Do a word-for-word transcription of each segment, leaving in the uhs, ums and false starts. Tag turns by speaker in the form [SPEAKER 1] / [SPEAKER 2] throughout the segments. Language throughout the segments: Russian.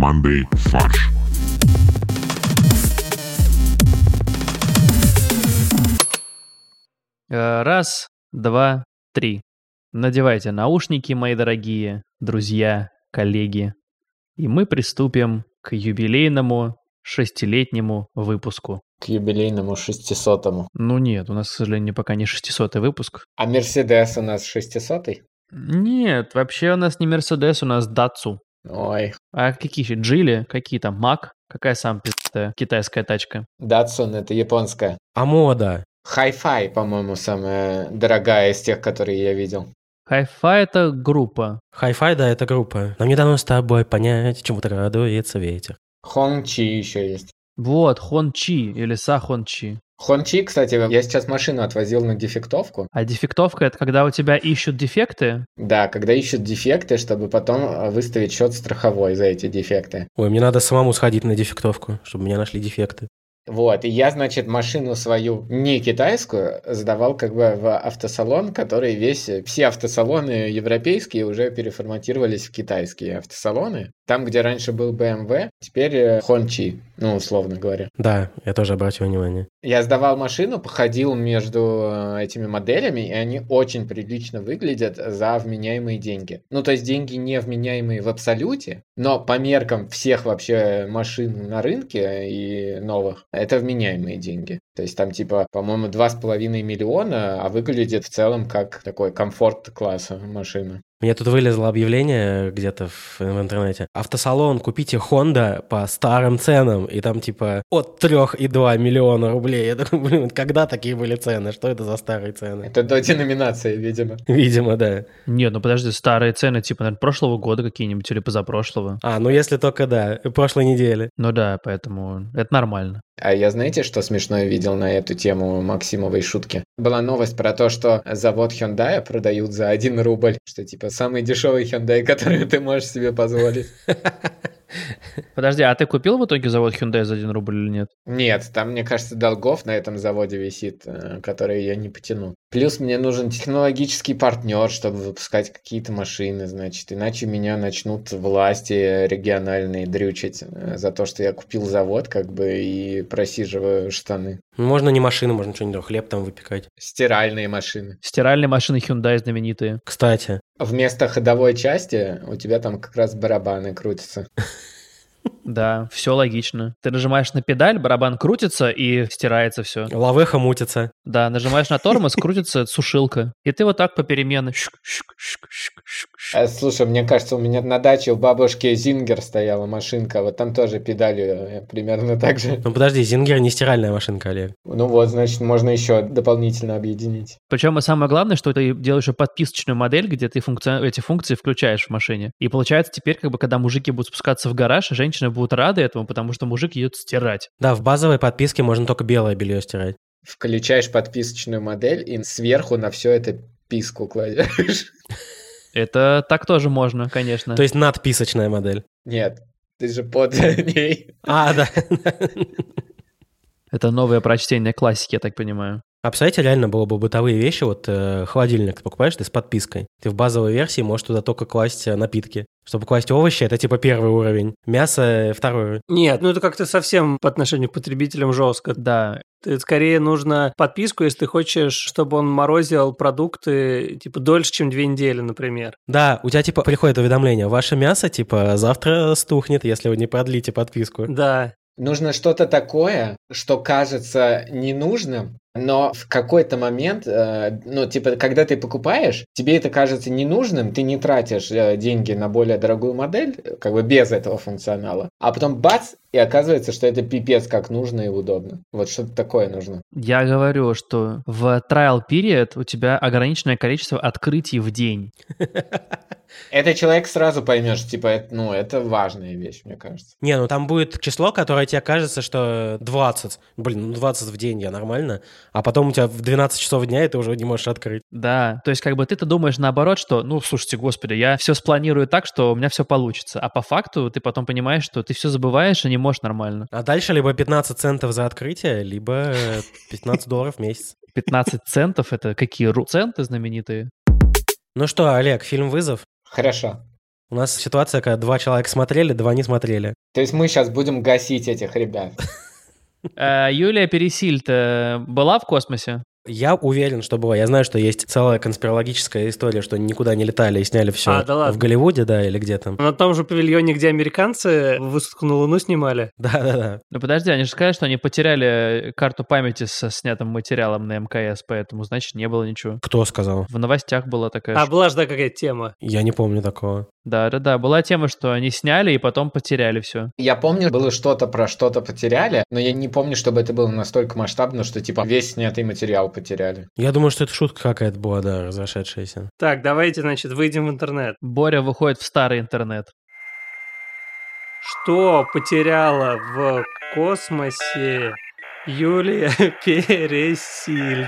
[SPEAKER 1] командой «Фарш».
[SPEAKER 2] Раз, два, три. Надевайте наушники, мои дорогие друзья, коллеги, и мы приступим к юбилейному шестилетнему выпуску.
[SPEAKER 3] К юбилейному шестисотому.
[SPEAKER 2] Ну нет, у нас, к сожалению, пока не шестисотый выпуск.
[SPEAKER 3] А Мерседес у нас шестисотый?
[SPEAKER 2] Нет, вообще у нас не Мерседес, у нас Датсу.
[SPEAKER 3] Ой.
[SPEAKER 2] А какие еще? Джили? Какие там? Мак? Какая самая пиздатая китайская тачка?
[SPEAKER 3] Датсун — это японская.
[SPEAKER 4] А мода?
[SPEAKER 3] Hi-Fi, по-моему, самая дорогая из тех, которые я видел.
[SPEAKER 2] Hi-Fi — это группа.
[SPEAKER 4] Hi-Fi, да, это группа. Нам не дано с тобой понять, чему-то радуется ветер.
[SPEAKER 3] Хончи еще есть.
[SPEAKER 2] Вот, Хончи или Сахончи.
[SPEAKER 3] Хончи, кстати, я сейчас машину отвозил на дефектовку.
[SPEAKER 2] А дефектовка — это когда у тебя ищут дефекты?
[SPEAKER 3] Да, когда ищут дефекты, чтобы потом выставить счет страховой за эти дефекты.
[SPEAKER 4] Ой, мне надо самому сходить на дефектовку, чтобы меня нашли дефекты.
[SPEAKER 3] Вот, и я, значит, машину свою не китайскую сдавал как бы в автосалон, который весь... Все автосалоны европейские уже переформатировались в китайские автосалоны. Там, где раньше был бэ эм вэ, теперь Хончи, ну, условно говоря.
[SPEAKER 4] Да, я тоже обратил внимание.
[SPEAKER 3] Я сдавал машину, походил между этими моделями, и они очень прилично выглядят за вменяемые деньги. Ну, то есть деньги не вменяемые в абсолюте, но по меркам всех вообще машин на рынке и новых, это вменяемые деньги. То есть там типа, по-моему, два с половиной миллиона, а выглядит в целом как такой комфорт-класса машина.
[SPEAKER 4] Мне тут вылезло объявление где-то в, в интернете. Автосалон, купите Honda по старым ценам. И там типа от три и два миллиона рублей. Я думаю, блин, когда такие были цены? Что это за старые цены?
[SPEAKER 3] Это до деноминации, видимо.
[SPEAKER 4] Видимо, да.
[SPEAKER 2] Нет, ну подожди, старые цены типа, наверное, прошлого года какие-нибудь или позапрошлого.
[SPEAKER 4] А, ну если только, да, прошлой недели.
[SPEAKER 2] Ну да, поэтому это нормально.
[SPEAKER 3] А я знаете, что смешное видел на эту тему Максимовой шутки? Была новость про то, что завод Hyundai продают за один рубль, что типа самый дешевый Hyundai, который ты можешь себе позволить.
[SPEAKER 2] Подожди, а ты купил в итоге завод Hyundai за один рубль или нет?
[SPEAKER 3] Нет, там, мне кажется, долгов на этом заводе висит, которые я не потяну. Плюс мне нужен технологический партнер, чтобы выпускать какие-то машины, значит, иначе меня начнут власти региональные дрючить за то, что я купил завод, как бы, и просиживаю штаны.
[SPEAKER 4] Можно не машины, можно что-нибудь, хлеб там выпекать.
[SPEAKER 3] Стиральные машины.
[SPEAKER 2] Стиральные машины Hyundai знаменитые.
[SPEAKER 4] Кстати.
[SPEAKER 3] Вместо ходовой части у тебя там как раз барабаны крутятся.
[SPEAKER 2] Да, все логично. Ты нажимаешь на педаль, барабан крутится и стирается все.
[SPEAKER 4] Лавеха мутится.
[SPEAKER 2] Да, нажимаешь на тормоз, крутится сушилка. И ты вот так попеременно.
[SPEAKER 3] А, слушай, мне кажется, у меня на даче у бабушки Зингер стояла машинка, вот там тоже педалью примерно так же.
[SPEAKER 4] Ну подожди, Зингер не стиральная машинка, Олег.
[SPEAKER 3] Ну вот, значит, можно еще дополнительно объединить.
[SPEAKER 2] Причем и самое главное, что ты делаешь подписочную модель, где ты функци... эти функции включаешь в машине. И получается теперь, как бы, когда мужики будут спускаться в гараж, женщины будут рады этому, потому что мужик идет стирать.
[SPEAKER 4] Да, в базовой подписке можно только белое белье стирать.
[SPEAKER 3] Включаешь подписочную модель и сверху на все это писку кладешь.
[SPEAKER 2] Это так тоже можно, конечно.
[SPEAKER 4] То есть надписочная модель.
[SPEAKER 3] Нет, ты же под ней.
[SPEAKER 4] А, да.
[SPEAKER 2] Это новое прочтение классики, я так понимаю.
[SPEAKER 4] А представляете, реально было бы бытовые вещи, вот э, холодильник покупаешь ты с подпиской. Ты в базовой версии можешь туда только класть напитки. Чтобы класть овощи, это типа первый уровень. Мясо — второй уровень.
[SPEAKER 5] Нет, ну это как-то совсем по отношению к потребителям жестко.
[SPEAKER 2] Да.
[SPEAKER 5] Ты, скорее нужно подписку, если ты хочешь, чтобы он морозил продукты типа дольше, чем две недели, например.
[SPEAKER 4] Да, у тебя типа приходит уведомление, ваше мясо типа завтра стухнет, если вы не продлите подписку.
[SPEAKER 5] Да.
[SPEAKER 3] Нужно что-то такое, что кажется ненужным, но в какой-то момент, э, ну, типа, когда ты покупаешь, тебе это кажется ненужным, ты не тратишь э, деньги на более дорогую модель, как бы без этого функционала, а потом бац, и оказывается, что это пипец как нужно и удобно. Вот что-то такое нужно.
[SPEAKER 2] Я говорю, что в trial period у тебя ограниченное количество открытий в день.
[SPEAKER 3] Это человек сразу поймет, что, типа, это, ну, это важная вещь, мне кажется.
[SPEAKER 4] Не, ну там будет число, которое тебе кажется, что двадцать. Блин, ну двадцать в день, я нормально. А потом у тебя в двенадцать часов дня это уже не можешь открыть.
[SPEAKER 2] Да, то есть как бы ты-то думаешь наоборот, что, ну, слушайте, господи, я все спланирую так, что у меня все получится. А по факту ты потом понимаешь, что ты все забываешь и не можешь нормально.
[SPEAKER 4] А дальше либо пятнадцать центов за открытие, либо пятнадцать долларов в месяц.
[SPEAKER 2] пятнадцать центов — это какие, ру- центы знаменитые?
[SPEAKER 4] Ну что, Олег, фильм «Вызов»?
[SPEAKER 3] Хорошо.
[SPEAKER 4] У нас ситуация, когда два человека смотрели, два не смотрели.
[SPEAKER 3] То есть мы сейчас будем гасить этих ребят.
[SPEAKER 2] А Юлия Пересильд э, была в космосе?
[SPEAKER 4] Я уверен, что было. Я знаю, что есть целая конспирологическая история, что они никуда не летали и сняли все
[SPEAKER 5] А, да ладно.
[SPEAKER 4] в Голливуде, да, или где там.
[SPEAKER 5] На том же павильоне, где американцы высадку на Луну снимали.
[SPEAKER 4] Да-да-да.
[SPEAKER 2] Ну подожди, они же сказали, что они потеряли карту памяти со снятым материалом на МКС, поэтому, значит, не было ничего.
[SPEAKER 4] Кто сказал?
[SPEAKER 2] В новостях была такая...
[SPEAKER 5] А
[SPEAKER 2] ш-
[SPEAKER 5] была же да, какая-то тема.
[SPEAKER 4] Я не помню такого.
[SPEAKER 2] Да-да-да, была тема, что они сняли и потом потеряли все.
[SPEAKER 3] Я помню, было что-то про что-то потеряли, но я не помню, чтобы это было настолько масштабно, что типа весь снятый материал потеряли.
[SPEAKER 4] Я думаю, что это шутка какая-то была, да, разошедшаяся.
[SPEAKER 5] Так, давайте, значит, выйдем в интернет.
[SPEAKER 2] Боря выходит в старый интернет.
[SPEAKER 5] Что потеряла в космосе Юлия Пересильд?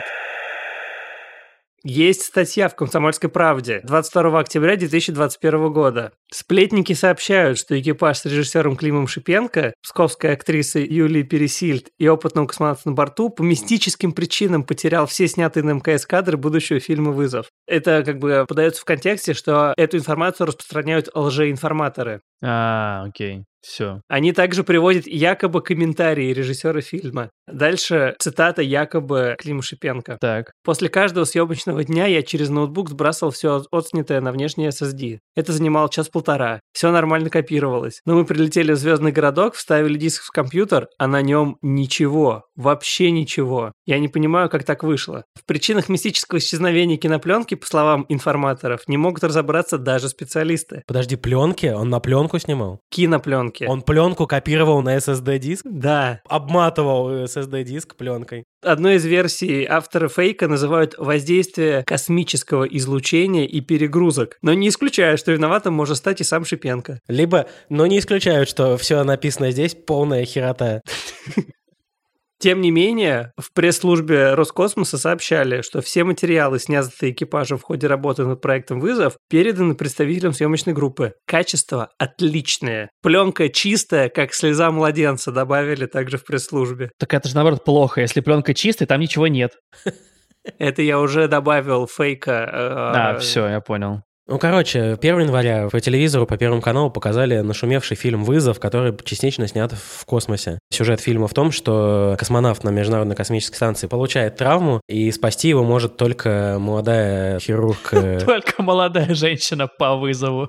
[SPEAKER 5] Есть статья в «Комсомольской правде» двадцать второго октября две тысячи двадцать первого года. Сплетники сообщают, что экипаж с режиссером Климом Шипенко, псковской актрисой Юлией Пересильд и опытным космонавтом на борту по мистическим причинам потерял все снятые на МКС кадры будущего фильма «Вызов». Это как бы подается в контексте, что эту информацию распространяют лжеинформаторы.
[SPEAKER 2] А, окей, все.
[SPEAKER 5] Они также приводят якобы комментарии режиссера фильма. Дальше цитата якобы Клима Шипенко.
[SPEAKER 2] Так.
[SPEAKER 5] После каждого съемочного дня я через ноутбук сбрасывал все отснятое на внешний эс эс ди. Это занимало час-полтора. Все нормально копировалось. Но мы прилетели в звездный городок, вставили диск в компьютер, а на нем ничего. Вообще ничего. Я не понимаю, как так вышло. В причинах мистического исчезновения кинопленки, по словам информаторов, не могут разобраться даже специалисты.
[SPEAKER 4] Подожди, пленки? Он на пленку снимал?
[SPEAKER 5] Кинопленки.
[SPEAKER 4] Он пленку копировал на эс эс ди-диск?
[SPEAKER 5] Да.
[SPEAKER 4] Обматывал эс эс ди-диск пленкой.
[SPEAKER 5] Одной из версий авторы фейка называют воздействие космического излучения и перегрузок, но не исключаю, что виноватым может стать и сам Шипенко.
[SPEAKER 4] Либо, но не исключают, что все написано здесь полная херота.
[SPEAKER 5] Тем не менее, в пресс-службе Роскосмоса сообщали, что все материалы, снятые экипажем в ходе работы над проектом «Вызов», переданы представителям съемочной группы. Качество отличное. Пленка чистая, как слеза младенца, добавили также в пресс-службе.
[SPEAKER 2] Так это же наоборот плохо. Если пленка чистая, там ничего нет.
[SPEAKER 5] Это я уже добавил фейка.
[SPEAKER 2] А, все, я понял.
[SPEAKER 4] Ну, короче, первого января по телевизору, по Первому каналу показали нашумевший фильм «Вызов», который частично снят в космосе. Сюжет фильма в том, что космонавт на Международной космической станции получает травму, и спасти его может только молодая хирург...
[SPEAKER 2] Только молодая женщина по вызову.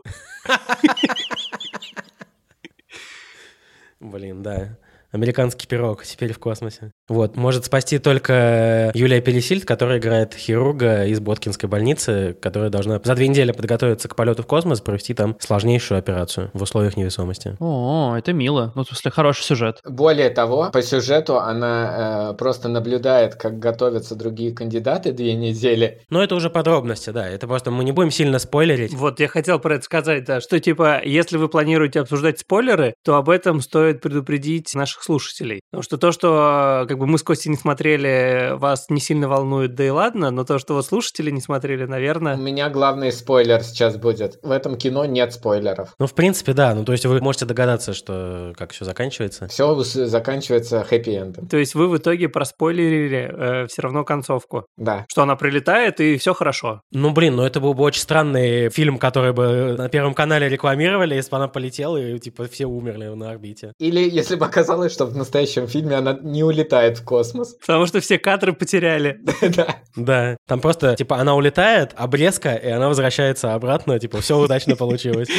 [SPEAKER 4] Блин, да. Американский пирог теперь в космосе. Вот, может спасти только Юлия Пересильд, которая играет хирурга из Боткинской больницы, которая должна за две недели подготовиться к полету в космос, провести там сложнейшую операцию в условиях невесомости.
[SPEAKER 2] О, это мило. Ну, в смысле, хороший сюжет.
[SPEAKER 3] Более того, по сюжету она э, просто наблюдает, как готовятся другие кандидаты две недели.
[SPEAKER 4] Но это уже подробности, да. Это просто мы не будем сильно спойлерить.
[SPEAKER 5] Вот, я хотел про это сказать, да, что типа, если вы планируете обсуждать спойлеры, то об этом стоит предупредить наших слушателей. Потому что то, что как бы мы с Костей не смотрели, вас не сильно волнует, да и ладно, но то, что вот слушатели не смотрели,
[SPEAKER 3] У
[SPEAKER 5] наверное...
[SPEAKER 3] меня главный спойлер сейчас будет. В этом кино нет спойлеров.
[SPEAKER 4] Ну, в принципе, да. Ну, то есть вы можете догадаться, что как все заканчивается.
[SPEAKER 3] Все заканчивается хэппи-эндом.
[SPEAKER 5] То есть вы в итоге проспойлерили э, все равно концовку.
[SPEAKER 3] Да.
[SPEAKER 5] Что она прилетает, и все хорошо.
[SPEAKER 4] Ну, блин, ну это был бы очень странный фильм, который бы на Первом канале рекламировали, если бы она полетела, и типа все умерли на орбите.
[SPEAKER 3] Или если бы оказалось, что в настоящем фильме она не улетает в космос.
[SPEAKER 5] Потому что все кадры потеряли.
[SPEAKER 3] Да.
[SPEAKER 4] Да. Там просто, типа, она улетает, обрезка, и она возвращается обратно, типа, все удачно получилось.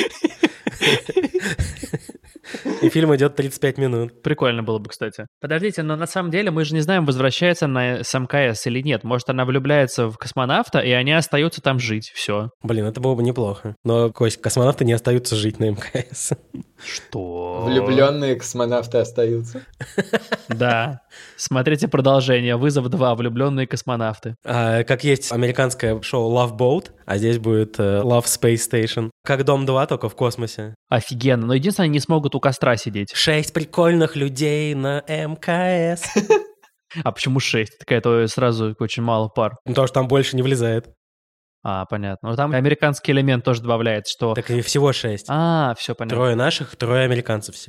[SPEAKER 4] И фильм идет тридцать пять минут.
[SPEAKER 2] Прикольно было бы, кстати. Подождите, но на самом деле мы же не знаем, возвращается она с МКС или нет. Может, она влюбляется в космонавта, и они остаются там жить. Все.
[SPEAKER 4] Блин, это было бы неплохо. Но, Кость, космонавты не остаются жить на МКС.
[SPEAKER 2] Что?
[SPEAKER 3] Влюбленные космонавты остаются.
[SPEAKER 2] Да. Смотрите продолжение. «Вызов два. Влюбленные космонавты».
[SPEAKER 4] А, как есть американское шоу Love Boat, а здесь будет uh, Love Space Station. Как Дом два, только в космосе.
[SPEAKER 2] Офигенно. Но единственное, они не смогут у костра сидеть.
[SPEAKER 4] Шесть прикольных людей на МКС.
[SPEAKER 2] А почему шесть? Такая-то сразу очень мало пар.
[SPEAKER 4] Ну, потому что там больше не влезает.
[SPEAKER 2] А, понятно. Но там американский элемент тоже добавляется, что...
[SPEAKER 4] Так и всего шесть.
[SPEAKER 2] А, все понятно.
[SPEAKER 4] Трое наших, трое американцев всегда.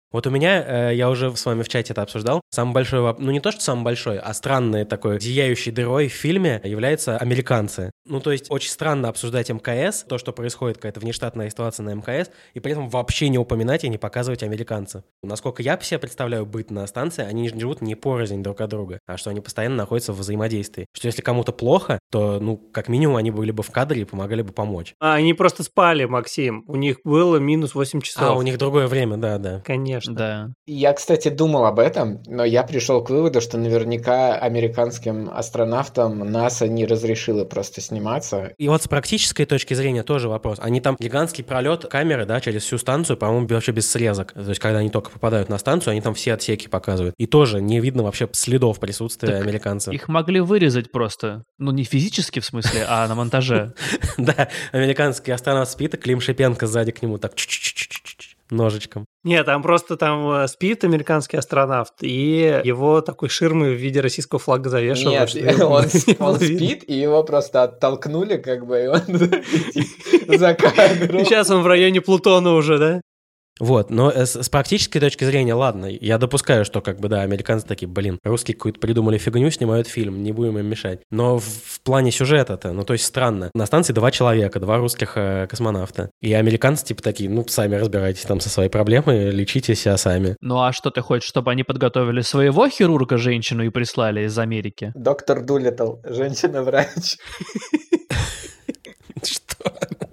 [SPEAKER 4] Вот у меня, э, я уже с вами в чате это обсуждал, самый большой, воп- ну не то, что самый большой, а странный такой зияющей дырой в фильме являются американцы. Ну то есть очень странно обсуждать МКС, то, что происходит, какая-то внештатная ситуация на МКС, и при этом вообще не упоминать и не показывать американцев. Насколько я себе представляю быт на станции, они живут не порознь друг от друга, а что они постоянно находятся в взаимодействии. Что если кому-то плохо, то, ну, как минимум, они были бы в кадре и помогали бы помочь.
[SPEAKER 5] А, они просто спали, Максим. У них было минус восемь часов.
[SPEAKER 4] А, у них другое время, да, да.
[SPEAKER 5] Конечно.
[SPEAKER 2] Да.
[SPEAKER 3] Я, кстати, думал об этом, но я пришел к выводу, что наверняка американским астронавтам НАСА не разрешило просто сниматься.
[SPEAKER 4] И вот с практической точки зрения тоже вопрос. Они там гигантский пролет камеры, да, через всю станцию, по-моему, вообще без срезок. То есть, когда они только попадают на станцию, они там все отсеки показывают. И тоже не видно вообще следов присутствия
[SPEAKER 2] Так
[SPEAKER 4] американцев.
[SPEAKER 2] Их могли вырезать просто. Ну, не физически, в смысле, а на монтаже.
[SPEAKER 4] Да, американский астронавт спит, и Клим Шипенко сзади к нему так ножичком.
[SPEAKER 5] Нет, там просто там э, спит американский астронавт, и его такой ширмой в виде российского флага завешивают.
[SPEAKER 3] Нет, он, он спит, и его просто оттолкнули, как бы, и он за кадром.
[SPEAKER 5] Сейчас он в районе Плутона уже, да?
[SPEAKER 4] Вот, но с, с практической точки зрения, ладно, я допускаю, что, как бы, да, американцы такие, блин, русские какую-то придумали фигню, снимают фильм, не будем им мешать. Но в, в плане сюжета-то, ну, то есть странно. На станции два человека, два русских э, космонавта. И американцы, типа, такие, ну, сами разбирайтесь там со своей проблемой, лечите себя сами.
[SPEAKER 2] Ну а что ты хочешь, чтобы они подготовили своего хирурга, женщину, и прислали из Америки?
[SPEAKER 3] Доктор Дулиттл, женщина-врач.
[SPEAKER 4] Что?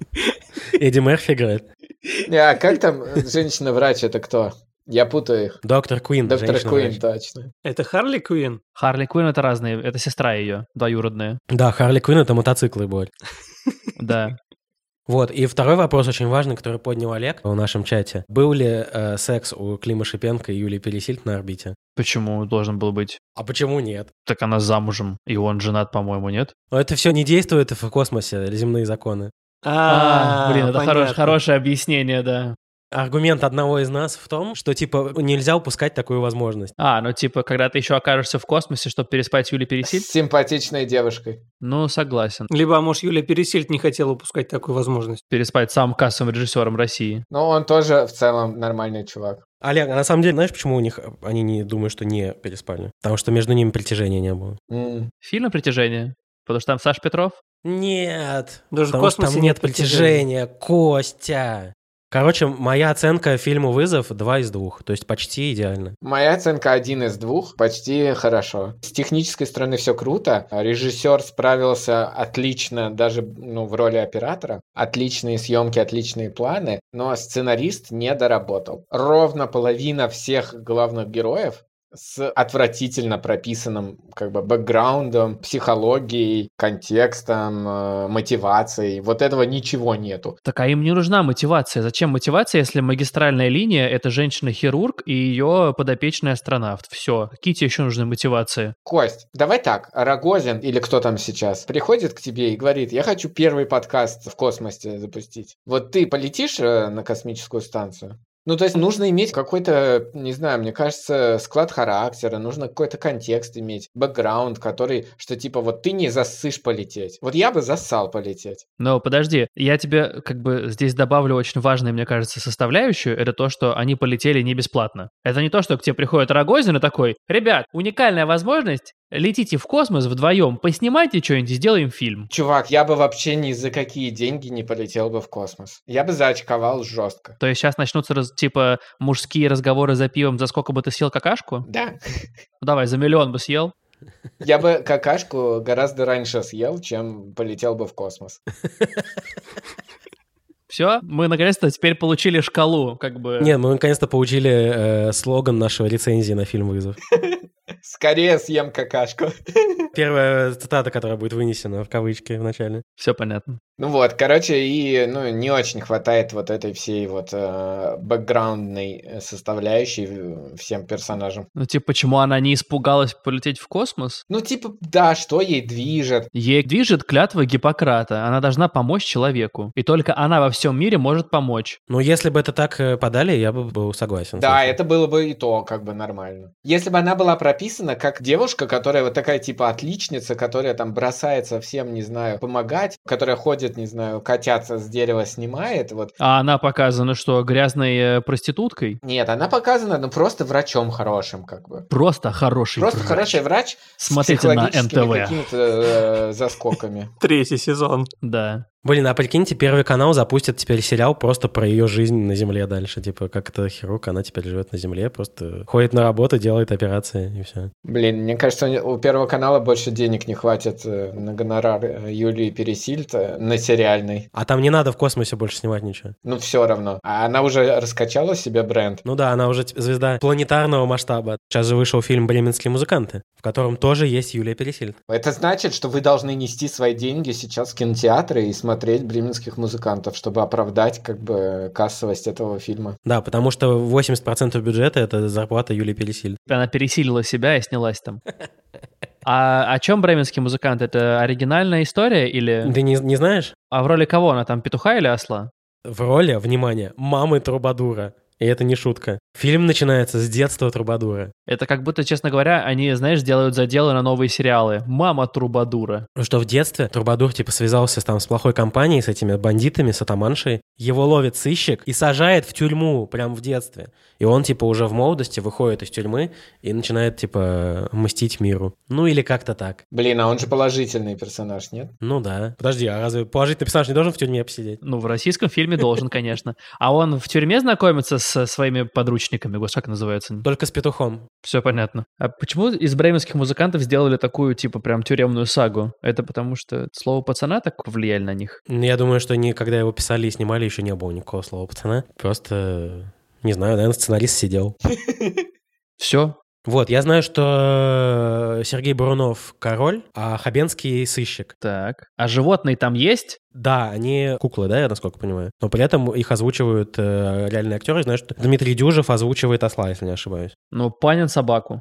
[SPEAKER 4] Эдди Мерфи играет?
[SPEAKER 3] Не, а как там женщина-врач, это кто? Я путаю их.
[SPEAKER 4] Доктор Куин.
[SPEAKER 3] Доктор Куин, точно.
[SPEAKER 5] Это Харли Куин?
[SPEAKER 2] Харли Квинн — это разные, это сестра ее, двоюродная.
[SPEAKER 4] Да, Харли Куин — это мотоциклы будет.
[SPEAKER 2] Да.
[SPEAKER 4] Вот, и второй вопрос очень важный, который поднял Олег в нашем чате. Был ли э, секс у Клима Шипенко и Юлии Пересильд на орбите?
[SPEAKER 2] Почему должен был быть?
[SPEAKER 4] А почему нет?
[SPEAKER 2] Так она замужем, и он женат, по-моему, нет?
[SPEAKER 4] Но это все не действует в космосе, земные законы.
[SPEAKER 2] А, блин, это
[SPEAKER 5] понятно.
[SPEAKER 2] хорош- хорошее объяснение, да.
[SPEAKER 4] Аргумент одного из нас в том, что, типа, нельзя упускать такую возможность.
[SPEAKER 2] А, ну типа, когда ты еще окажешься в космосе, чтобы переспать с Юлей Пересильд?
[SPEAKER 3] С симпатичной девушкой.
[SPEAKER 2] Ну, согласен.
[SPEAKER 5] Либо, может, Юлия Пересильд не хотела упускать такую возможность.
[SPEAKER 2] Переспать с самым кассовым режиссером России.
[SPEAKER 3] Но он тоже в целом нормальный чувак.
[SPEAKER 4] Олег, а на самом деле, знаешь, почему у них они не думают, что не переспали? Потому что между ними притяжения не было.
[SPEAKER 3] М.
[SPEAKER 2] Фильм «Притяжение»? Потому что там Саш Петров?
[SPEAKER 4] Нет,
[SPEAKER 5] Даже в
[SPEAKER 4] потому что
[SPEAKER 5] космосе
[SPEAKER 4] там
[SPEAKER 5] нет
[SPEAKER 4] нет притяжения, Костя. Короче, моя оценка фильму «Вызов» два из двух, то есть почти идеально.
[SPEAKER 3] Моя оценка один из двух, почти хорошо. С технической стороны все круто. Режиссер справился отлично, даже ну, в роли оператора. Отличные съемки, отличные планы, но сценарист не доработал. Ровно половина всех главных героев с отвратительно прописанным как бы бэкграундом, психологией, контекстом, э, мотивацией. Вот этого ничего нету.
[SPEAKER 2] Так а им не нужна мотивация. Зачем мотивация, если магистральная линия — это женщина-хирург и ее подопечный астронавт? Все. Какие тебе еще нужны мотивации?
[SPEAKER 3] Кость, давай так, Рогозин или кто там сейчас приходит к тебе и говорит, я хочу первый подкаст в космосе запустить. Вот ты полетишь э, на космическую станцию? Ну, то есть нужно иметь какой-то, не знаю, мне кажется, склад характера, нужно какой-то контекст иметь, бэкграунд, который, что типа вот ты не зассышь полететь. Вот я бы зассал полететь.
[SPEAKER 2] Но подожди, я тебе как бы здесь добавлю очень важную, мне кажется, составляющую. Это то, что они полетели не бесплатно. Это не то, что к тебе приходит Рогозин и такой: ребят, уникальная возможность, летите в космос вдвоем, поснимайте что-нибудь и сделаем фильм.
[SPEAKER 3] Чувак, я бы вообще ни за какие деньги не полетел бы в космос. Я бы заочковал жестко.
[SPEAKER 2] То есть сейчас начнутся раз- типа мужские разговоры за пивом, за сколько бы ты съел какашку?
[SPEAKER 3] Да.
[SPEAKER 2] Ну давай, за миллион бы съел.
[SPEAKER 3] Я бы какашку гораздо раньше съел, чем полетел бы в космос.
[SPEAKER 2] Все, мы наконец-то теперь получили шкалу, как бы.
[SPEAKER 4] Нет, мы наконец-то получили э, слоган нашего рецензии на фильм «Вызов».
[SPEAKER 3] Скорее съем какашку.
[SPEAKER 4] Первая цитата, которая будет вынесена в кавычки в начале.
[SPEAKER 2] Все понятно.
[SPEAKER 3] Ну вот, короче, и ну, не очень хватает вот этой всей вот э, бэкграундной составляющей всем персонажам.
[SPEAKER 2] Ну типа, почему она не испугалась полететь в космос?
[SPEAKER 3] Ну типа, да, что ей движет?
[SPEAKER 2] Ей движет клятва Гиппократа. Она должна помочь человеку. И только она во всем мире может помочь.
[SPEAKER 4] Ну, если бы это так э, подали, я бы был согласен. с
[SPEAKER 3] Да,
[SPEAKER 4] этим.
[SPEAKER 3] это было бы и то как бы нормально. Если бы она была прописана написана как девушка, которая вот такая типа отличница, которая там бросается всем, не знаю, помогать, которая ходит, не знаю, котят с дерева снимает. Вот.
[SPEAKER 2] А она показана что, грязной э, проституткой?
[SPEAKER 3] Нет, она показана, ну, просто врачом хорошим, как бы.
[SPEAKER 2] Просто хороший
[SPEAKER 3] Просто
[SPEAKER 2] врач.
[SPEAKER 3] хороший врач.
[SPEAKER 2] Смотрите на эн тэ вэ.
[SPEAKER 3] С какими-то э, заскоками.
[SPEAKER 5] Третий сезон.
[SPEAKER 2] Да.
[SPEAKER 4] Блин, а прикиньте, Первый канал запустит теперь сериал просто про ее жизнь на Земле дальше. Типа, как это хирург, она теперь живет на Земле, просто ходит на работу, делает операции и все.
[SPEAKER 3] Блин, мне кажется, у Первого канала больше денег не хватит на гонорар Юлии Пересильд на сериальный.
[SPEAKER 4] А там не надо в космосе больше снимать ничего.
[SPEAKER 3] Ну, все равно. А она уже раскачала себе бренд.
[SPEAKER 4] Ну да, она уже звезда планетарного масштаба. Сейчас же вышел фильм «Бременские музыканты», в котором тоже есть Юлия Пересильд.
[SPEAKER 3] Это значит, что вы должны нести свои деньги сейчас в кинотеатры и смотреть бременских музыкантов, чтобы оправдать как бы кассовость этого фильма.
[SPEAKER 4] Да, потому что восемьдесят процентов бюджета — это зарплата Юлии Пересильд.
[SPEAKER 2] Она пересилила себя и снялась там. А о чем «Бременские музыканты»? Это оригинальная история или...
[SPEAKER 4] Ты не, не знаешь?
[SPEAKER 2] А в роли кого она там, петуха или осла?
[SPEAKER 4] В роли, внимание, мамы Трубадура. И это не шутка. Фильм начинается с детства Трубадура.
[SPEAKER 2] Это как будто, честно говоря, они, знаешь, делают заделы на новые сериалы. «Мама Трубадура».
[SPEAKER 4] Ну что в детстве Трубадур типа связался там с плохой компанией, с этими бандитами, с атаманшей. Его ловит сыщик и сажает в тюрьму прямо в детстве. И он типа уже в молодости выходит из тюрьмы и начинает типа мстить миру. Ну или как-то так.
[SPEAKER 3] Блин, а он же положительный персонаж, нет?
[SPEAKER 4] Ну да. Подожди, а разве положительный персонаж не должен в тюрьме посидеть?
[SPEAKER 2] Ну, в российском фильме должен, конечно. А он в тюрьме знакомится со своими подручниками? Господи, как называется?
[SPEAKER 4] Только с петухом.
[SPEAKER 2] Все понятно. А почему из бременских музыкантов сделали такую, типа, прям тюремную сагу? Это потому что слово «пацана» так повлияли на них?
[SPEAKER 4] Я думаю, что они, когда его писали и снимали, еще не было никакого слова «пацана». Просто, не знаю, наверное, сценарист сидел.
[SPEAKER 2] Все.
[SPEAKER 4] Вот, я знаю, что Сергей Бурунов король, а Хабенский сыщик.
[SPEAKER 2] Так. А животные там есть?
[SPEAKER 4] Да, они куклы, да, я насколько понимаю. Но при этом их озвучивают э, реальные актеры. Знаю, что Дмитрий Дюжев озвучивает осла, если не ошибаюсь.
[SPEAKER 2] Ну, Панин собаку.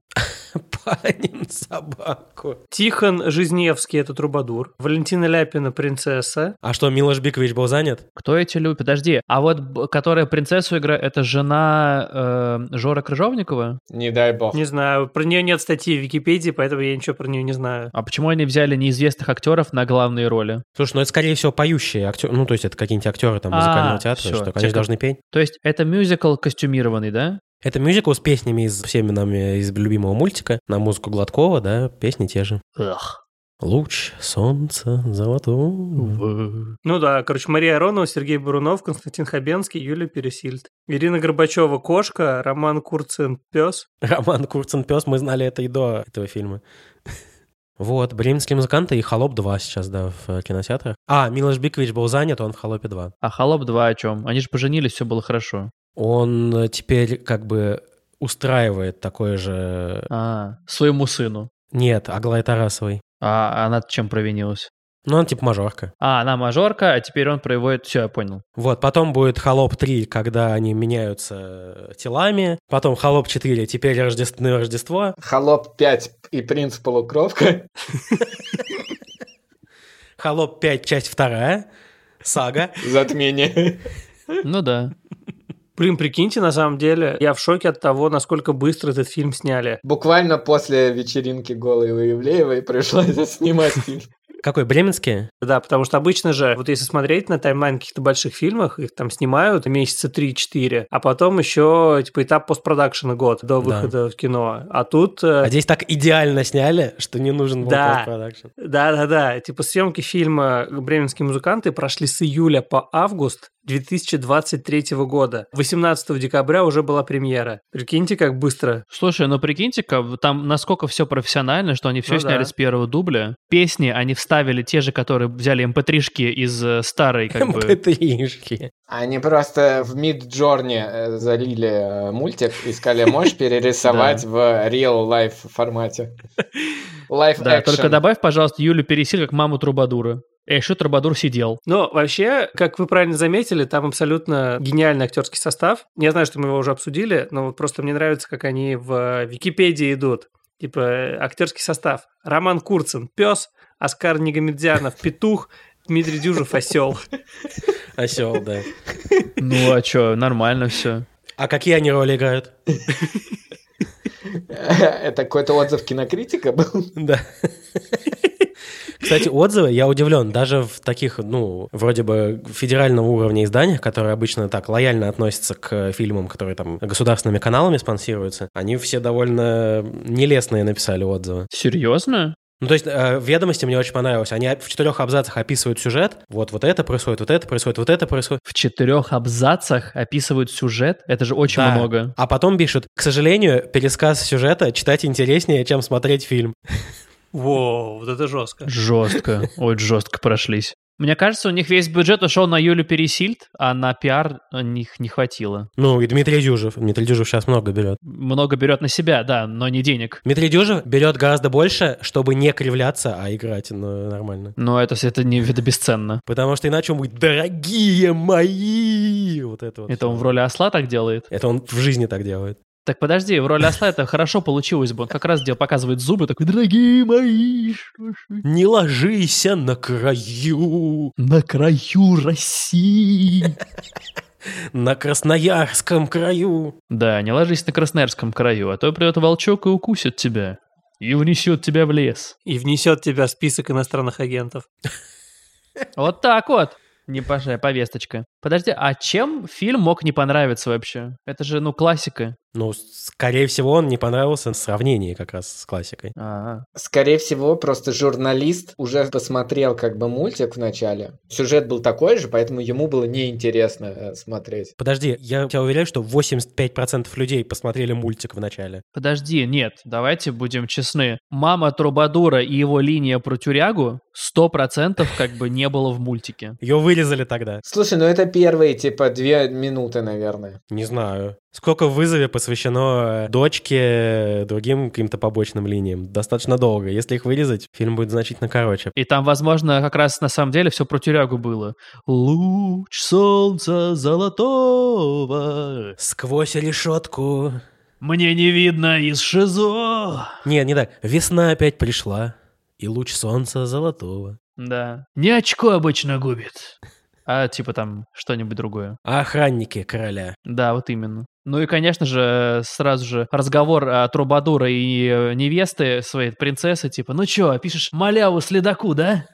[SPEAKER 4] Панин собаку.
[SPEAKER 5] Тихон Жизневский — это Трубадур. Валентина Ляпина — принцесса.
[SPEAKER 4] А что, Милош Бикович был занят?
[SPEAKER 2] Кто эти люди? Подожди. А вот, б- которая принцессу играет, это жена э, Жора Крыжовникова?
[SPEAKER 3] Не дай бог.
[SPEAKER 5] Не знаю, про нее нет статьи в Википедии, поэтому я ничего про нее не знаю.
[SPEAKER 2] А почему они взяли неизвестных актеров на главные роли?
[SPEAKER 4] Слушай, ну это, скорее всего, поющие актеры. Ну, то есть это какие-нибудь актеры там музыкального
[SPEAKER 2] А,
[SPEAKER 4] театра,
[SPEAKER 2] всё,
[SPEAKER 4] что,
[SPEAKER 2] те,
[SPEAKER 4] конечно,
[SPEAKER 2] как-
[SPEAKER 4] должны петь.
[SPEAKER 2] То есть это мюзикл костюмированный, да?
[SPEAKER 4] Это мюзикл с песнями из всеми нами из любимого мультика, на музыку Гладкова, да, песни те же.
[SPEAKER 2] Эх.
[SPEAKER 4] Луч солнца золотого.
[SPEAKER 5] Ну да, короче, Мария Аронова, Сергей Бурунов, Константин Хабенский, Юлия Пересильд. Ирина Горбачева — кошка, Роман Курцин — пес.
[SPEAKER 4] Роман Курцин пес, мы знали это и до этого фильма. Вот, «Бременские музыканты» и «Холоп два» сейчас, да, в кинотеатрах. А, Милош Бикович был занят, он в «Холопе два».
[SPEAKER 2] А «Холоп два» о чем? Они же поженились, все было хорошо.
[SPEAKER 4] Он теперь как бы устраивает такое же...
[SPEAKER 2] А, своему сыну.
[SPEAKER 4] Нет, Аглая Тарасовой.
[SPEAKER 2] А она чем провинилась?
[SPEAKER 4] Ну, он типа мажорка.
[SPEAKER 2] А, она мажорка, а теперь он проводит... Все, я понял.
[SPEAKER 4] Вот, потом будет «Холоп три», когда они меняются телами. Потом «Холоп четыре», теперь Рождество. Рождество.
[SPEAKER 3] Холоп пять и принц полукровка.
[SPEAKER 4] «Холоп пять», часть вторая. Сага.
[SPEAKER 3] Затмение.
[SPEAKER 2] Ну да.
[SPEAKER 5] Блин, прикиньте, на самом деле, я в шоке от того, насколько быстро этот фильм сняли.
[SPEAKER 3] Буквально после вечеринки Голой Ивлеевой пришлось снимать фильм.
[SPEAKER 4] Какой, «Бременские»?
[SPEAKER 5] Да, потому что обычно же, вот если смотреть на таймлайн каких-то больших фильмов, их там снимают месяца три-четыре, а потом еще типа этап постпродакшена год до выхода в кино. А тут...
[SPEAKER 4] А здесь так идеально сняли, что не нужен был
[SPEAKER 5] Да.
[SPEAKER 4] постпродакшн.
[SPEAKER 5] Да-да-да, типа съемки фильма «Бременские музыканты» прошли с июля по август две тысячи двадцать третьего года. восемнадцатого декабря уже была премьера. Прикиньте, как быстро.
[SPEAKER 2] Слушай, ну прикиньте-ка, там насколько все профессионально, что они все
[SPEAKER 5] Ну
[SPEAKER 2] сняли
[SPEAKER 5] да.
[SPEAKER 2] с первого дубля. Песни они вставили те же, которые взяли эм пэ три-шки из э, старой, как
[SPEAKER 4] эм пэ
[SPEAKER 2] бы...
[SPEAKER 4] три-шки.
[SPEAKER 3] Они просто в Midjourney залили э, мультик и сказали, можешь перерисовать в real-life формате. Live
[SPEAKER 2] Да,
[SPEAKER 3] action.
[SPEAKER 2] только добавь, пожалуйста, Юлю Пересиль как маму Трубадура. И еще Трубадур сидел.
[SPEAKER 5] Но вообще, как вы правильно заметили, там абсолютно гениальный актерский состав. Я знаю, что мы его уже обсудили, но вот просто мне нравится, как они в Википедии идут. Типа актерский состав. Роман Курцин — пес, Оскар Нигамедзянов — петух, Дмитрий Дюжев — осел.
[SPEAKER 4] Осел, да.
[SPEAKER 2] Ну а что, нормально все.
[SPEAKER 4] А какие они роли играют?
[SPEAKER 3] Это какой-то отзыв кинокритика был?
[SPEAKER 4] Да. Кстати, отзывы, я удивлен, даже в таких, ну, вроде бы федерального уровня изданиях, которые обычно так лояльно относятся к фильмам, которые там государственными каналами спонсируются, они все довольно нелестные написали отзывы.
[SPEAKER 2] Серьезно?
[SPEAKER 4] Ну, то есть, э, «Ведомости» мне очень понравилось. Они в четырех абзацах описывают сюжет. Вот, вот это происходит, вот это происходит, вот это происходит.
[SPEAKER 2] В четырех абзацах описывают сюжет? Это же очень
[SPEAKER 4] Да.
[SPEAKER 2] много.
[SPEAKER 4] А потом пишут: к сожалению, пересказ сюжета читать интереснее, чем смотреть фильм.
[SPEAKER 5] Воу, вот это жестко.
[SPEAKER 2] Жестко. Очень жестко прошлись. Мне кажется, у них весь бюджет ушел на Юлю Пересильд, а на пиар у них не хватило.
[SPEAKER 4] Ну, и Дмитрий Дюжев. Дмитрий Дюжев сейчас много берет.
[SPEAKER 2] Много берет на себя, да, но не денег.
[SPEAKER 4] Дмитрий Дюжев берет гораздо больше, чтобы не кривляться, а играть ну, нормально.
[SPEAKER 2] Но это, это не это бесценно.
[SPEAKER 4] Потому что иначе он будет «дорогие мои». Вот это вот.
[SPEAKER 2] Это он в роли осла так делает?
[SPEAKER 4] Это он в жизни так делает.
[SPEAKER 2] Так подожди, в роли осла это хорошо получилось бы. Он как раз дел, показывает зубы, такой: дорогие мои, что ж вы?»
[SPEAKER 4] Не ложися на краю.
[SPEAKER 2] На краю России.
[SPEAKER 4] На Красноярском краю.
[SPEAKER 2] Да, не ложись на Красноярском краю, а то придет волчок и укусит тебя. И внесет тебя в лес.
[SPEAKER 5] И внесет тебя в список иностранных агентов.
[SPEAKER 2] Вот так вот. Небольшая повесточка. Подожди, а чем фильм мог не понравиться вообще? Это же, ну, классика.
[SPEAKER 4] Ну, скорее всего, он не понравился в сравнении как раз с классикой.
[SPEAKER 2] А-а.
[SPEAKER 3] Скорее всего, просто журналист уже посмотрел как бы мультик в начале. Сюжет был такой же, поэтому ему было неинтересно э, смотреть.
[SPEAKER 4] Подожди, я тебя уверяю, что восемьдесят пять процентов людей посмотрели мультик в начале.
[SPEAKER 2] Подожди, нет, давайте будем честны. Мама Трубадура и его линия про тюрягу сто процентов как бы не было в мультике.
[SPEAKER 4] Ее вырезали тогда.
[SPEAKER 3] Слушай, ну это первые, типа, две минуты, наверное.
[SPEAKER 4] Не знаю. Сколько в вызове посвящено дочке, другим каким-то побочным линиям? Достаточно долго. Если их вырезать, фильм будет значительно короче.
[SPEAKER 2] И там, возможно, как раз на самом деле все про тюрягу было. Луч солнца золотого
[SPEAKER 4] Сквозь решетку.
[SPEAKER 2] мне не видно из ШИЗО.
[SPEAKER 4] Нет, не так. Весна опять пришла, и луч солнца золотого.
[SPEAKER 2] Да. Не очко обычно губит, а типа там что-нибудь другое.
[SPEAKER 4] А охранники короля.
[SPEAKER 2] Да, вот именно. Ну и, конечно же, сразу же разговор о Трубадура и э, невесты своей принцессы, типа: ну чё, пишешь маляву следаку, да?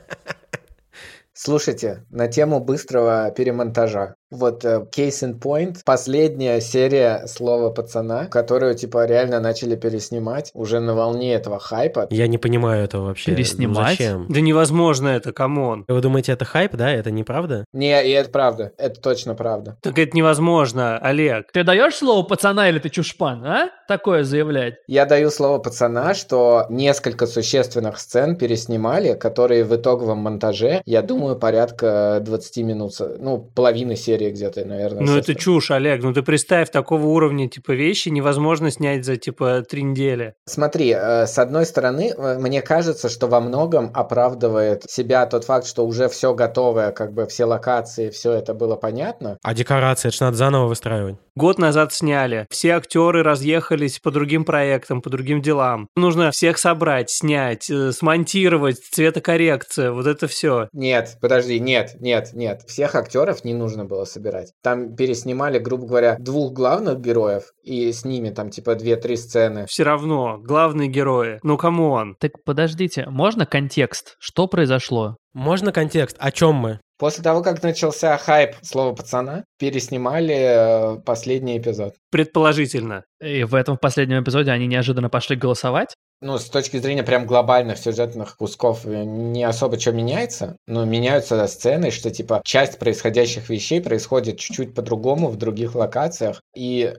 [SPEAKER 3] Слушайте, на тему быстрого перемонтажа. Вот uh, Case in Point, последняя серия «Слова пацана», которую, типа, реально начали переснимать уже на волне этого хайпа.
[SPEAKER 4] Я не понимаю этого вообще.
[SPEAKER 2] Переснимать?
[SPEAKER 4] Ну, зачем?
[SPEAKER 5] Да невозможно это, камон.
[SPEAKER 4] Вы думаете, это хайп, да? Это неправда?
[SPEAKER 3] Не, и это правда, это точно правда.
[SPEAKER 5] Так это невозможно, Олег.
[SPEAKER 2] Ты даешь слово пацана или ты чушпан, а? Такое заявлять.
[SPEAKER 3] Я даю слово пацана, что несколько существенных сцен переснимали, которые в итоговом монтаже, я думаю, порядка двадцать минут, ну, половины серии где-то, наверное.
[SPEAKER 5] Ну это
[SPEAKER 3] составит.
[SPEAKER 5] чушь, Олег. Ну ты представь, такого уровня типа вещи невозможно снять за типа три недели.
[SPEAKER 3] Смотри, э, с одной стороны, э, мне кажется, что во многом оправдывает себя тот факт, что уже все готовое, как бы все локации, все это было понятно.
[SPEAKER 4] А декорации, это ж надо заново выстраивать.
[SPEAKER 5] Год назад сняли. Все актеры разъехались по другим проектам, по другим делам. Нужно всех собрать, снять, э, смонтировать, цветокоррекция, вот это все.
[SPEAKER 3] Нет, подожди, нет, нет, нет. Всех актеров не нужно было собирать. Там переснимали, грубо говоря, двух главных героев, и с ними там типа две-три сцены.
[SPEAKER 5] Все равно, главные герои. Ну камон.
[SPEAKER 2] Так подождите, можно контекст? Что произошло?
[SPEAKER 4] Можно контекст? О чем мы?
[SPEAKER 3] После того, как начался хайп «Слова пацана», переснимали э, последний эпизод.
[SPEAKER 5] Предположительно.
[SPEAKER 2] И в этом последнем эпизоде они неожиданно пошли голосовать?
[SPEAKER 3] Ну, с точки зрения прям глобальных сюжетных кусков не особо что меняется, но меняются сцены, что типа часть происходящих вещей происходит чуть-чуть по-другому в других локациях, и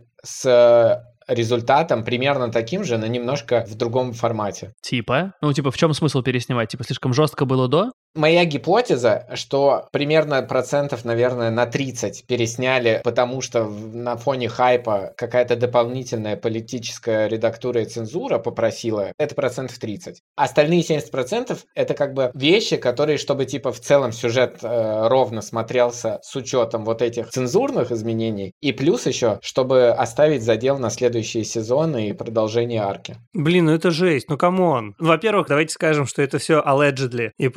[SPEAKER 3] с результатом примерно таким же, но немножко в другом формате.
[SPEAKER 2] Типа? Ну, типа, в чем смысл переснимать? Типа, слишком жестко было до?
[SPEAKER 3] Моя гипотеза, что примерно процентов, наверное, на тридцать пересняли, потому что на фоне хайпа какая-то дополнительная политическая редактура и цензура попросила, это процентов тридцать. Остальные семьдесят процентов это как бы вещи, которые, чтобы типа в целом сюжет э, ровно смотрелся с учетом вот этих цензурных изменений, и плюс еще, чтобы оставить задел на следующие сезоны и продолжение арки.
[SPEAKER 5] Блин, ну это жесть, ну камон. Во-первых, давайте скажем, что это все allegedly. Типа,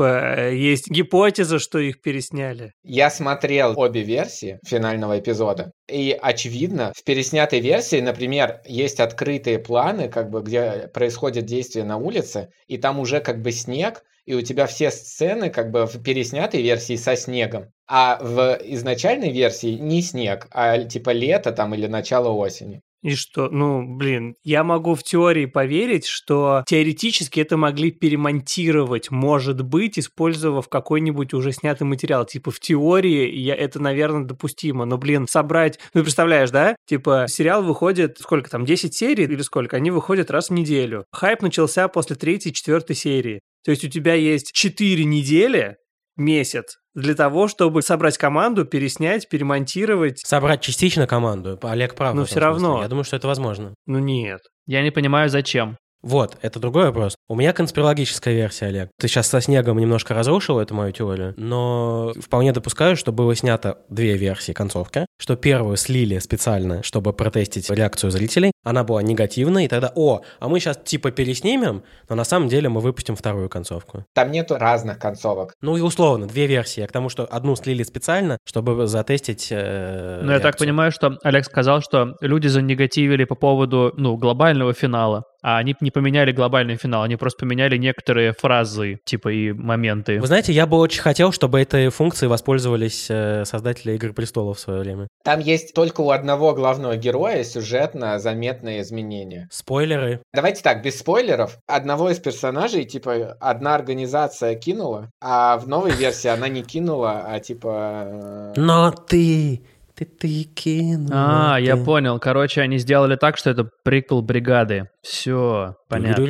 [SPEAKER 5] есть гипотеза, что их пересняли.
[SPEAKER 3] Я смотрел обе версии финального эпизода, и очевидно, в переснятой версии, например, есть открытые планы, как бы, где происходит действие на улице, и там уже как бы снег, и у тебя все сцены как бы в переснятой версии со снегом, а в изначальной версии не снег, а типа лето там или начало осени.
[SPEAKER 5] И что? Ну, блин, я могу в теории поверить, что теоретически это могли перемонтировать, может быть, использовав какой-нибудь уже снятый материал. Типа в теории я, это, наверное, допустимо. Но, блин, собрать... Ну, ты представляешь, да? Типа сериал выходит, сколько там, десять серий или сколько? Они выходят раз в неделю. Хайп начался после третьей, четвертой серии. То есть у тебя есть четыре недели, месяц, для того, чтобы собрать команду, переснять, перемонтировать.
[SPEAKER 4] Собрать частично команду. Олег прав.
[SPEAKER 5] Но все равно.
[SPEAKER 4] Я думаю, что это возможно.
[SPEAKER 5] Ну нет.
[SPEAKER 2] Я не понимаю, зачем.
[SPEAKER 4] Вот, это другой вопрос. У меня конспирологическая версия, Олег. Ты сейчас со снегом немножко разрушил эту мою теорию, но вполне допускаю, что было снято две версии концовки, что первую слили специально, чтобы протестить реакцию зрителей. Она была негативной, и тогда, о, а мы сейчас типа переснимем, но на самом деле мы выпустим вторую концовку.
[SPEAKER 3] Там нету разных концовок.
[SPEAKER 4] Ну и условно, две версии. Я к тому, что одну слили специально, чтобы затестить э,
[SPEAKER 2] Ну, я так понимаю, что Олег сказал, что люди занегативили по поводу, ну, глобального финала. А они не поменяли глобальный финал, они просто поменяли некоторые фразы, типа и моменты.
[SPEAKER 4] Вы знаете, я бы очень хотел, чтобы этой функцией воспользовались э, создатели «Игры престолов» в свое время.
[SPEAKER 3] Там есть только у одного главного героя сюжетно заметные изменения.
[SPEAKER 4] Спойлеры.
[SPEAKER 3] Давайте так, без спойлеров. Одного из персонажей, типа, одна организация кинула, а в новой версии она не кинула, а типа...
[SPEAKER 4] Но ты... Ты, ты кинул.
[SPEAKER 2] А,
[SPEAKER 4] ты.
[SPEAKER 2] я понял. Короче, они сделали так, что это приквел бригады. Все, понятно.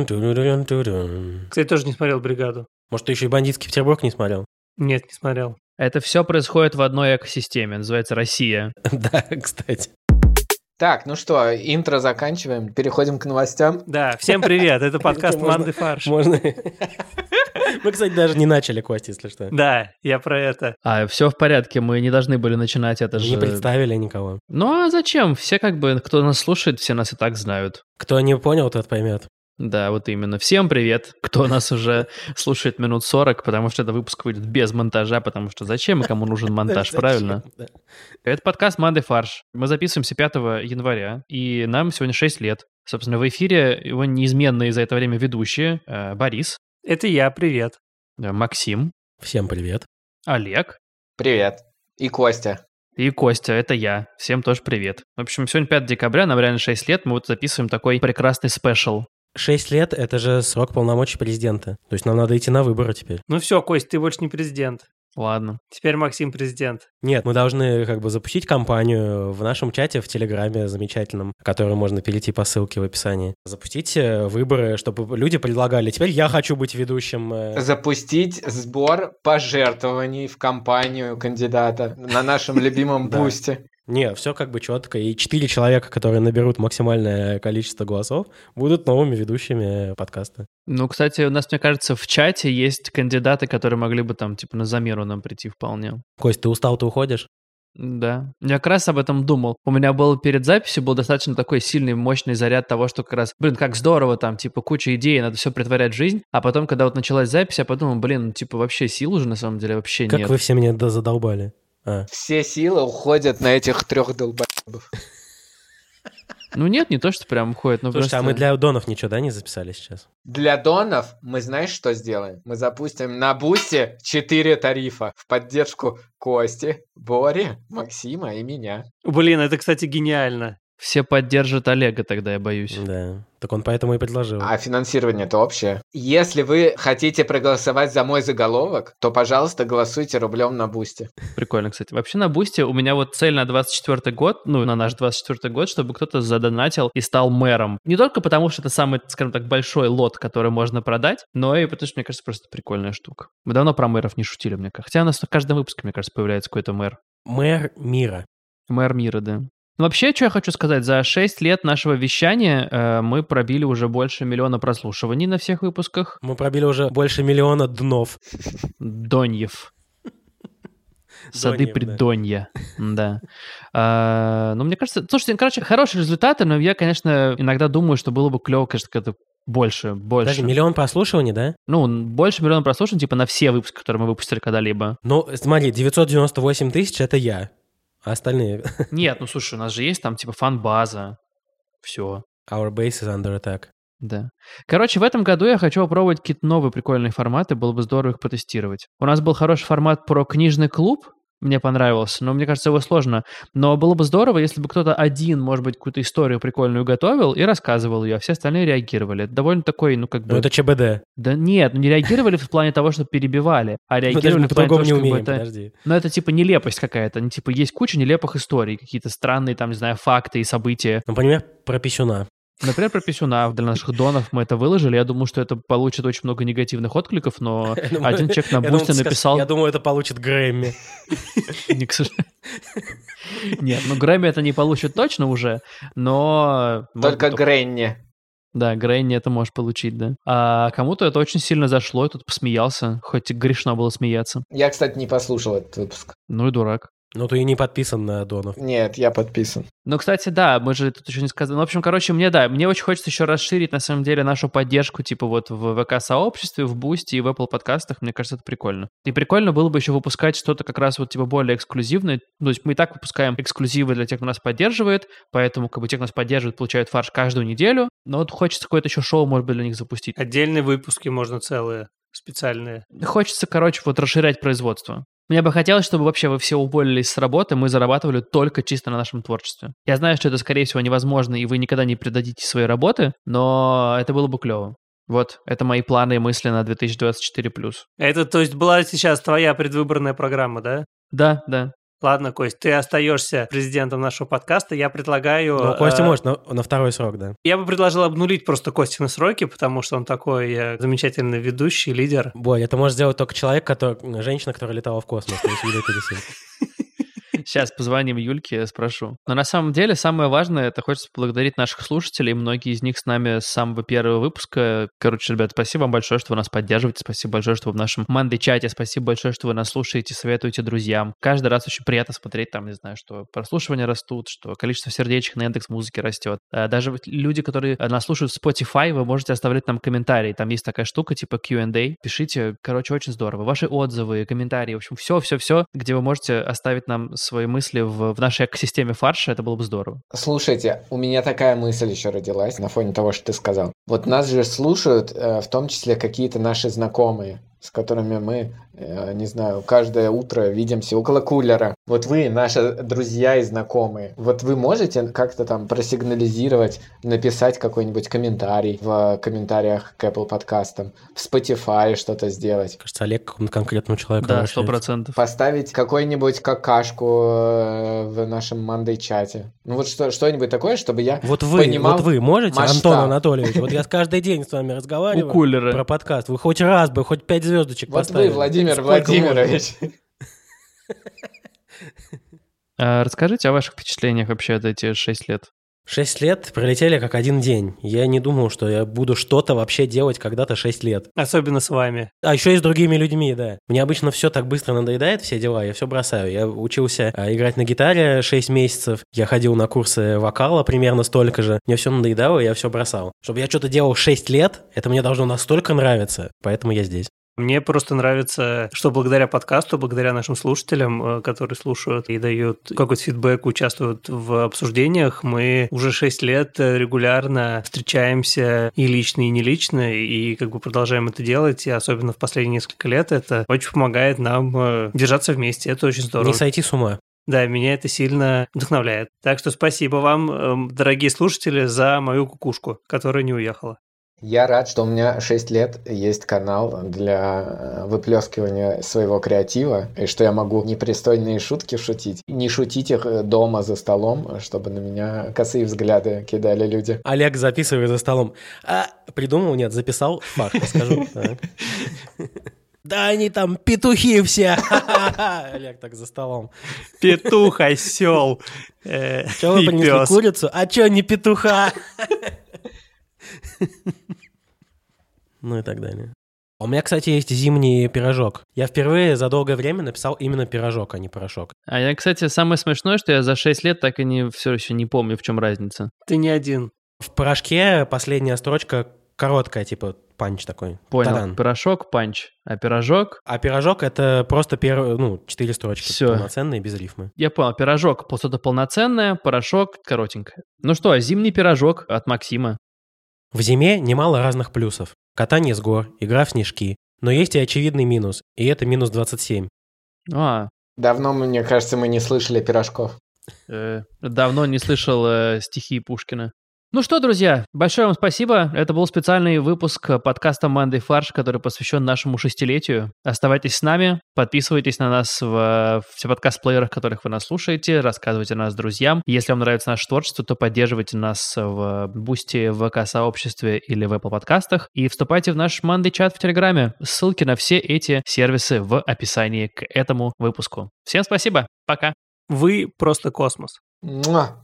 [SPEAKER 5] Кстати, тоже не смотрел «Бригаду».
[SPEAKER 4] Может, ты еще и «Бандитский Петербург» не смотрел?
[SPEAKER 5] Нет, не смотрел.
[SPEAKER 2] Это все происходит в одной экосистеме, называется Россия.
[SPEAKER 4] Да, кстати.
[SPEAKER 3] Так, ну что, интро заканчиваем, переходим к новостям.
[SPEAKER 5] Да, всем привет, это подкаст «Манды фарш».
[SPEAKER 4] Можно... Мы, кстати, даже не начали, Кость, если что.
[SPEAKER 5] Да, я про это.
[SPEAKER 2] А, все в порядке, мы не должны были начинать это же.
[SPEAKER 4] Не представили никого.
[SPEAKER 2] Ну а зачем? Все как бы, кто нас слушает, все нас и так знают.
[SPEAKER 4] Кто не понял, тот поймет.
[SPEAKER 2] Да, вот именно. Всем привет, кто нас уже слушает минут сорок, потому что этот выпуск выйдет без монтажа, потому что зачем и кому нужен монтаж, правильно? Это подкаст «Манды фарш». Мы записываемся пятого января, и нам сегодня шесть лет. Собственно, в эфире его неизменные за это время ведущие Борис.
[SPEAKER 5] Это я, привет.
[SPEAKER 2] Максим.
[SPEAKER 4] Всем привет.
[SPEAKER 2] Олег.
[SPEAKER 3] Привет. И Костя.
[SPEAKER 2] И Костя, это я. Всем тоже привет. В общем, сегодня пятого декабря, нам реально шесть лет, мы вот записываем такой прекрасный спешл.
[SPEAKER 4] Шесть лет — это же срок полномочий президента. То есть нам надо идти на выборы теперь.
[SPEAKER 5] Ну все, Кость, ты больше не президент.
[SPEAKER 2] Ладно.
[SPEAKER 5] Теперь Максим президент.
[SPEAKER 4] Нет, мы должны как бы запустить кампанию в нашем чате в Телеграме замечательном, в который можно перейти по ссылке в описании. Запустить выборы, чтобы люди предлагали. Теперь я хочу быть ведущим.
[SPEAKER 3] Запустить сбор пожертвований в кампанию кандидата на нашем любимом бусте.
[SPEAKER 4] Не, все как бы четко. И четыре человека, которые наберут максимальное количество голосов, будут новыми ведущими подкаста.
[SPEAKER 2] Ну, кстати, у нас, мне кажется, в чате есть кандидаты, которые могли бы там, типа, на замеру нам прийти вполне.
[SPEAKER 4] Кость, ты устал, ты уходишь?
[SPEAKER 2] Да. Я как раз об этом думал. У меня был перед записью был достаточно такой сильный, мощный заряд того, что как раз, блин, как здорово там, типа, куча идей, надо все притворять в жизнь. А потом, когда вот началась запись, я подумал, блин, ну, типа, вообще сил уже на самом деле вообще
[SPEAKER 4] как
[SPEAKER 2] нет.
[SPEAKER 4] Как вы все меня задолбали. А.
[SPEAKER 3] Все силы уходят на этих трех долбоебов.
[SPEAKER 2] Ну нет, не то, что прям уходит, но
[SPEAKER 4] Слушайте,
[SPEAKER 2] просто...
[SPEAKER 4] а мы для донов ничего, да, не записали сейчас?
[SPEAKER 3] Для донов мы знаешь, что сделаем? Мы запустим на бусте четыре тарифа в поддержку Кости, Бори, Максима и меня.
[SPEAKER 5] Блин, это, кстати, гениально.
[SPEAKER 2] Все поддержат Олега тогда, я боюсь.
[SPEAKER 4] Да, так он поэтому и предложил.
[SPEAKER 3] А финансирование-то общее. Если вы хотите проголосовать за мой заголовок, то, пожалуйста, голосуйте рублем на бусте.
[SPEAKER 2] Прикольно, кстати. Вообще на бусте у меня вот цель на двадцать четвёртый год, ну, на наш двадцать четвёртый год, чтобы кто-то задонатил и стал мэром. Не только потому, что это самый, скажем так, большой лот, который можно продать, но и потому, что, мне кажется, просто прикольная штука. Мы давно про мэров не шутили, мне кажется. Хотя у нас в каждом выпуске, мне кажется, появляется какой-то мэр.
[SPEAKER 4] Мэр мира.
[SPEAKER 2] Мэр мира, да. Ну, вообще, что я хочу сказать, за шесть лет нашего вещания э, мы пробили уже больше миллиона прослушиваний на всех выпусках.
[SPEAKER 4] Мы пробили уже больше миллиона днов.
[SPEAKER 2] Доньев. Сады придонья. Да. А, ну, мне кажется, слушайте, короче, хорошие результаты, но я, конечно, иногда думаю, что было бы клево, конечно, когда Больше, больше.
[SPEAKER 4] Даже миллион прослушиваний, да?
[SPEAKER 2] Ну, больше миллиона прослушиваний, типа на все выпуски, которые мы выпустили когда-либо.
[SPEAKER 4] Ну, смотри, девятьсот девяносто восемь тысяч — это я, а остальные...
[SPEAKER 2] Нет, ну слушай, у нас же есть там типа фан-база. Все.
[SPEAKER 4] Our base is under attack.
[SPEAKER 2] Да. Короче, в этом году я хочу попробовать какие-то новые прикольные форматы, было бы здорово их протестировать. У нас был хороший формат про книжный клуб, мне понравился, но мне кажется, его сложно. Но было бы здорово, если бы кто-то один, может быть, какую-то историю прикольную готовил и рассказывал ее, а все остальные реагировали. Это довольно такой, ну, как бы...
[SPEAKER 4] Ну, это ЧБД.
[SPEAKER 2] Да нет, ну не реагировали в плане того, что перебивали, а реагировали
[SPEAKER 4] мы
[SPEAKER 2] в плане того,
[SPEAKER 4] по-другому не
[SPEAKER 2] что как бы
[SPEAKER 4] умеем,
[SPEAKER 2] это...
[SPEAKER 4] подожди.
[SPEAKER 2] Ну, это типа нелепость какая-то. Ну, типа есть куча нелепых историй, какие-то странные, там, не знаю, факты и события.
[SPEAKER 4] Например, про писюна.
[SPEAKER 2] Например, про писюна. Для наших донов мы это выложили. Я думаю, что это получит очень много негативных откликов, но один человек на бусте написал...
[SPEAKER 4] Я думаю, это получит Грэмми.
[SPEAKER 2] Не, к сожалению. Нет, ну Грэмми это не получит точно уже, но...
[SPEAKER 3] Только Грэнни.
[SPEAKER 2] Да, Грэнни это можешь получить, да. А кому-то это очень сильно зашло, и тут посмеялся, хоть и грешно было смеяться.
[SPEAKER 3] Я, кстати, не послушал этот выпуск.
[SPEAKER 2] Ну и дурак.
[SPEAKER 4] Ну, ты и не подписан на донов.
[SPEAKER 3] Нет, я подписан.
[SPEAKER 2] Ну, кстати, да, мы же тут еще не сказали. Ну, в общем, короче, мне, да, мне очень хочется еще расширить, на самом деле, нашу поддержку, типа, вот в ВК-сообществе, в Бусти и в Apple подкастах. Мне кажется, это прикольно. И прикольно было бы еще выпускать что-то как раз вот, типа, более эксклюзивное. То есть мы и так выпускаем эксклюзивы для тех, кто нас поддерживает, поэтому, как бы, те, кто нас поддерживает, получают фарш каждую неделю. Но вот хочется какое-то еще шоу, может быть, для них запустить.
[SPEAKER 5] Отдельные выпуски можно целые, специальные.
[SPEAKER 2] Хочется, короче, вот расширять производство. Мне бы хотелось, чтобы вообще вы все уволились с работы, мы зарабатывали только чисто на нашем творчестве. Я знаю, что это, скорее всего, невозможно, и вы никогда не предадите свои работы, но это было бы клево. Вот, это мои планы и мысли на две тысячи двадцать четыре плюс.
[SPEAKER 5] Это, то есть, была сейчас твоя предвыборная программа, да?
[SPEAKER 2] Да, да.
[SPEAKER 5] Ладно, Кость, ты остаешься президентом нашего подкаста. Я предлагаю...
[SPEAKER 4] Ну, Костя
[SPEAKER 5] э,
[SPEAKER 4] может на, на второй срок, да.
[SPEAKER 5] Я бы предложил обнулить просто Костины сроки, потому что он такой э, замечательный ведущий, лидер.
[SPEAKER 4] Боль, это может сделать только человек, который... Женщина, которая летала в космос, то есть Юлия Пересыль.
[SPEAKER 2] Сейчас позвоним Юльке, спрошу. Но на самом деле самое важное, это хочется поблагодарить наших слушателей. Многие из них с нами с самого первого выпуска. Короче, ребят, спасибо вам большое, что вы нас поддерживаете. Спасибо большое, что вы в нашем Манды-чате. Спасибо большое, что вы нас слушаете, советуете друзьям. Каждый раз очень приятно смотреть, там, не знаю, что прослушивания растут, что количество сердечек на Яндекс.Музыке растет. Даже люди, которые нас слушают в Spotify, вы можете оставлять нам комментарии. Там есть такая штука, типа кью энд эй. Пишите, короче, очень здорово. Ваши отзывы, комментарии, в общем, все-все-все, где вы можете оставить нам свои мысли в, в нашей экосистеме фарша, это было бы здорово.
[SPEAKER 3] Слушайте, у меня такая мысль еще родилась на фоне того, что ты сказал. Вот нас же слушают э, в том числе какие-то наши знакомые, с которыми мы, э, не знаю, каждое утро видимся около кулера. Вот вы, наши друзья и знакомые, вот вы можете как-то там просигнализировать, написать какой-нибудь комментарий в комментариях к Apple подкастам, в Spotify что-то сделать.
[SPEAKER 4] Кажется, Олег к какому-то конкретному человеку
[SPEAKER 2] Да,
[SPEAKER 4] обращается.
[SPEAKER 2] сто процентов.
[SPEAKER 3] Поставить какой-нибудь какашку э, в нашем Мандай-чате. Ну вот что, что-нибудь такое, чтобы я
[SPEAKER 4] Вот вы,
[SPEAKER 3] понимал
[SPEAKER 4] вот вы можете,
[SPEAKER 3] масштаб.
[SPEAKER 4] Антон Анатольевич, вот я каждый день с вами разговариваю
[SPEAKER 2] У кулера.
[SPEAKER 4] про подкаст. Вы хоть раз бы, хоть пять звездочек
[SPEAKER 3] Вот
[SPEAKER 4] поставили.
[SPEAKER 3] вы, Владимир
[SPEAKER 4] Сколько
[SPEAKER 3] Владимирович.
[SPEAKER 2] А расскажите о ваших впечатлениях вообще от эти шесть лет.
[SPEAKER 4] Шесть лет пролетели как один день. Я не думал, что я буду что-то вообще делать когда-то шесть лет.
[SPEAKER 5] Особенно с вами.
[SPEAKER 4] А еще и с другими людьми, да. Мне обычно все так быстро надоедает, все дела, я все бросаю. Я учился а, играть на гитаре шесть месяцев, я ходил на курсы вокала примерно столько же. Мне все надоедало, и я все бросал. Чтобы я что-то делал шесть лет, это мне должно настолько нравиться, поэтому я здесь.
[SPEAKER 5] Мне просто нравится, что благодаря подкасту, благодаря нашим слушателям, которые слушают и дают какой-то фидбэк, участвуют в обсуждениях, мы уже шесть лет регулярно встречаемся и лично, и не лично, и как бы продолжаем это делать, и особенно в последние несколько лет это очень помогает нам держаться вместе, это очень здорово.
[SPEAKER 4] Не сойти с ума.
[SPEAKER 5] Да, меня это сильно вдохновляет. Так что спасибо вам, дорогие слушатели, за мою кукушку, которая не уехала.
[SPEAKER 3] Я рад, что у меня шесть лет есть канал для выплескивания своего креатива, и что я могу непристойные шутки шутить, не шутить их дома за столом, чтобы на меня косые взгляды кидали люди.
[SPEAKER 4] Олег записывает за столом. А, придумал? Нет, записал. Факт, расскажу. Да они там петухи все. Олег так за столом.
[SPEAKER 5] Петух, осел.
[SPEAKER 4] Че вы принесли курицу? А че не петуха? Ну и так далее. У меня, кстати, есть зимний пирожок. Я впервые за долгое время написал именно пирожок, а не порошок.
[SPEAKER 2] А я, кстати, самое смешное, что я за шесть лет так и не, все еще не помню, в чем разница.
[SPEAKER 5] Ты не один.
[SPEAKER 4] В порошке последняя строчка Короткая, типа панч такой.
[SPEAKER 2] Понял.
[SPEAKER 4] Таран.
[SPEAKER 2] Пирожок, панч. А пирожок?
[SPEAKER 4] А пирожок — это просто пер... ну, четыре строчки.
[SPEAKER 2] Всё.
[SPEAKER 4] Полноценные, без рифмы.
[SPEAKER 2] Я понял. Пирожок что-то полноценное, порошок коротенькое. Ну что, зимний пирожок от Максима.
[SPEAKER 4] В зиме немало разных плюсов. Катание с гор, игра в снежки. Но есть и очевидный минус, и это минус двадцать семь.
[SPEAKER 2] А,
[SPEAKER 3] Давно, мне кажется, мы не слышали пирожков.
[SPEAKER 2] э, давно не слышал э, стихи Пушкина. Ну что, друзья, большое вам спасибо. Это был специальный выпуск подкаста «Мандай фарш», который посвящен нашему шестилетию. Оставайтесь с нами, подписывайтесь на нас в все подкаст-плеерах, в которых вы нас слушаете, рассказывайте о нас друзьям. Если вам нравится наше творчество, то поддерживайте нас в Бусти, в ВК-сообществе или в Apple подкастах и вступайте в наш Мандай-чат в Телеграме. Ссылки на все эти сервисы в описании к этому выпуску. Всем спасибо, пока.
[SPEAKER 5] Вы просто космос.
[SPEAKER 3] Муа!